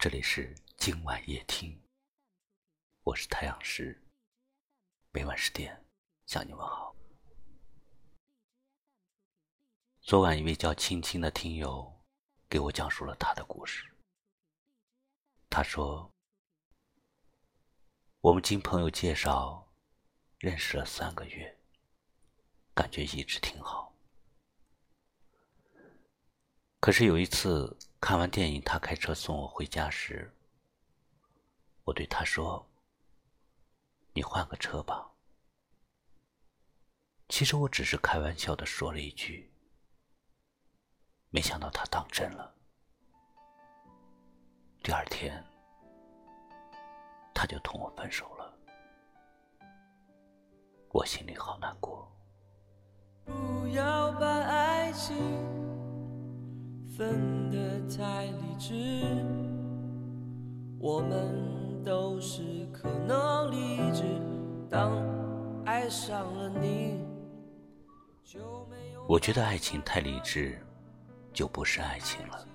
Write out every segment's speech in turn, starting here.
这里是今晚夜听，我是太阳石，每晚10点向你问好。昨晚一位叫青青的听友给我讲述了他的故事。他说，我们经朋友介绍认识了3个月，感觉一直挺好。可是有一次看完电影，他开车送我回家时，我对他说，你换个车吧。其实我只是开玩笑地说了一句，没想到他当真了。第二天他就同我分手了，我心里好难过。 不要把爱情分得太理智，我们都是可能理智，当爱上了你， 我觉得爱情太理智就不是爱情了。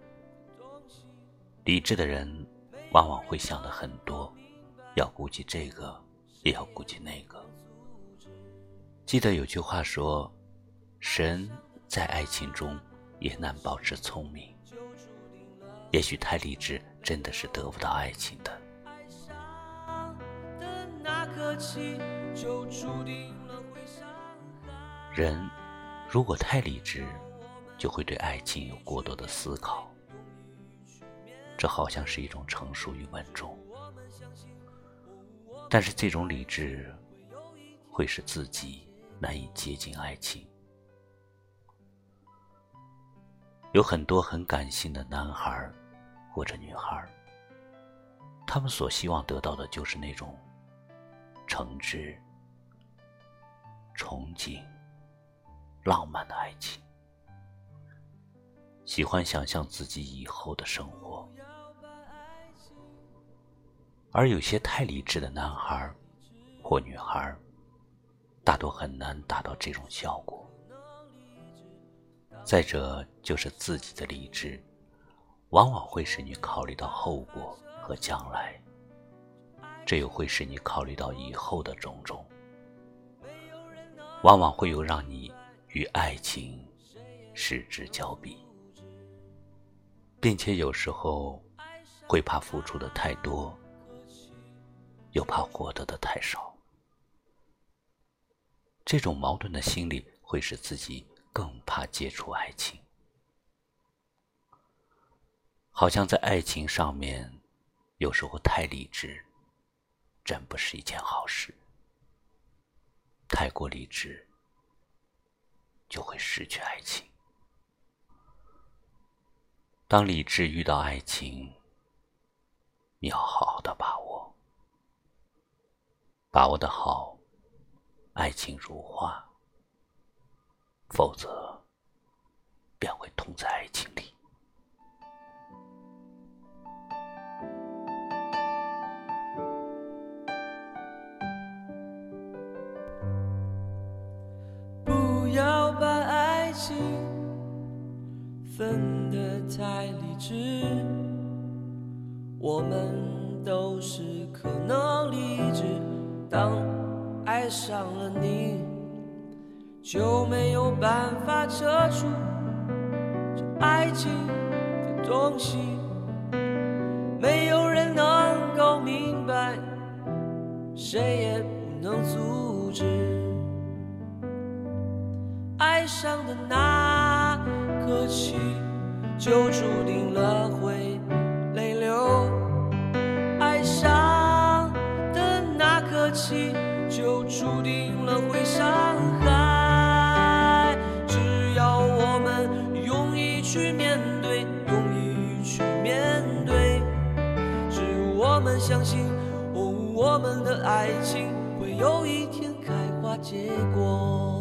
理智的人往往会想得很多，要顾及这个也要顾及那个。记得有句话说，神在爱情中也难保持聪明。也许太理智真的是得不到爱情的。人如果太理智，就会对爱情有过多的思考，这好像是一种成熟与稳重。但是这种理智会使自己难以接近爱情。有很多很感性的男孩或者女孩，他们所希望得到的就是那种诚挚、憧憬、浪漫的爱情，喜欢想象自己以后的生活。而有些太理智的男孩或女孩，大多很难达到这种效果。再者就是自己的理智往往会使你考虑到后果和将来，这又会使你考虑到以后的种种，往往会有让你与爱情失之交臂，并且有时候会怕付出的太多，又怕获得的太少。这种矛盾的心理会使自己更怕接触爱情，好像在爱情上面有时候太理智真不是一件好事。太过理智就会失去爱情。当理智遇到爱情，你要好好的把握，把握的好，爱情如花，否则便会痛在爱情里。 不要把爱情分得太理智，我们都是可能理智，当爱上了你，就没有办法遮住这爱情的东西，没有人能够明白，谁也不能阻止。爱上的那刻起，就注定了会泪流。爱上的那刻起，就注定了会伤害。只要我们勇于去面对，勇于去面对，只有我们相信，我们的爱情会有一天开花结果。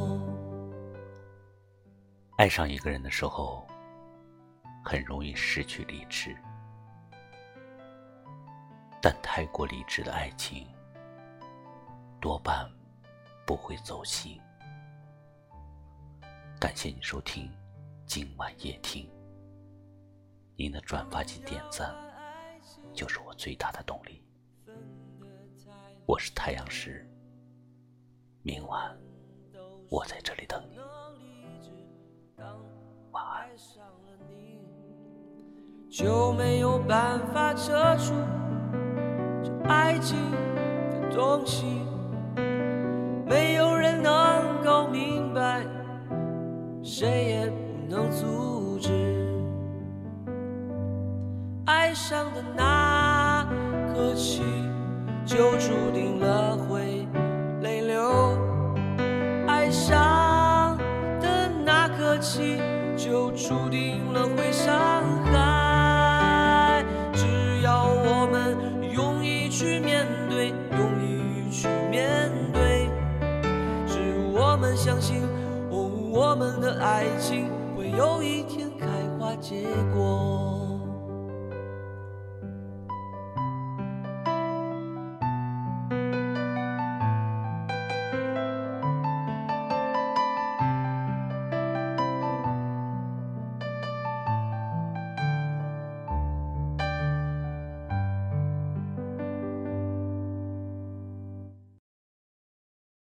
爱上一个人的时候，很容易失去理智，但太过理智的爱情多半不会走心。感谢你收听今晚夜听，您的转发及点赞就是我最大的动力。我是太阳石，明晚我在这里等你，晚安。 就没有办法遮住这爱情的东西，没有人能够明白，谁也不能阻止。爱上的那刻起，就注定了会泪流。爱上的那刻起，就注定了会伤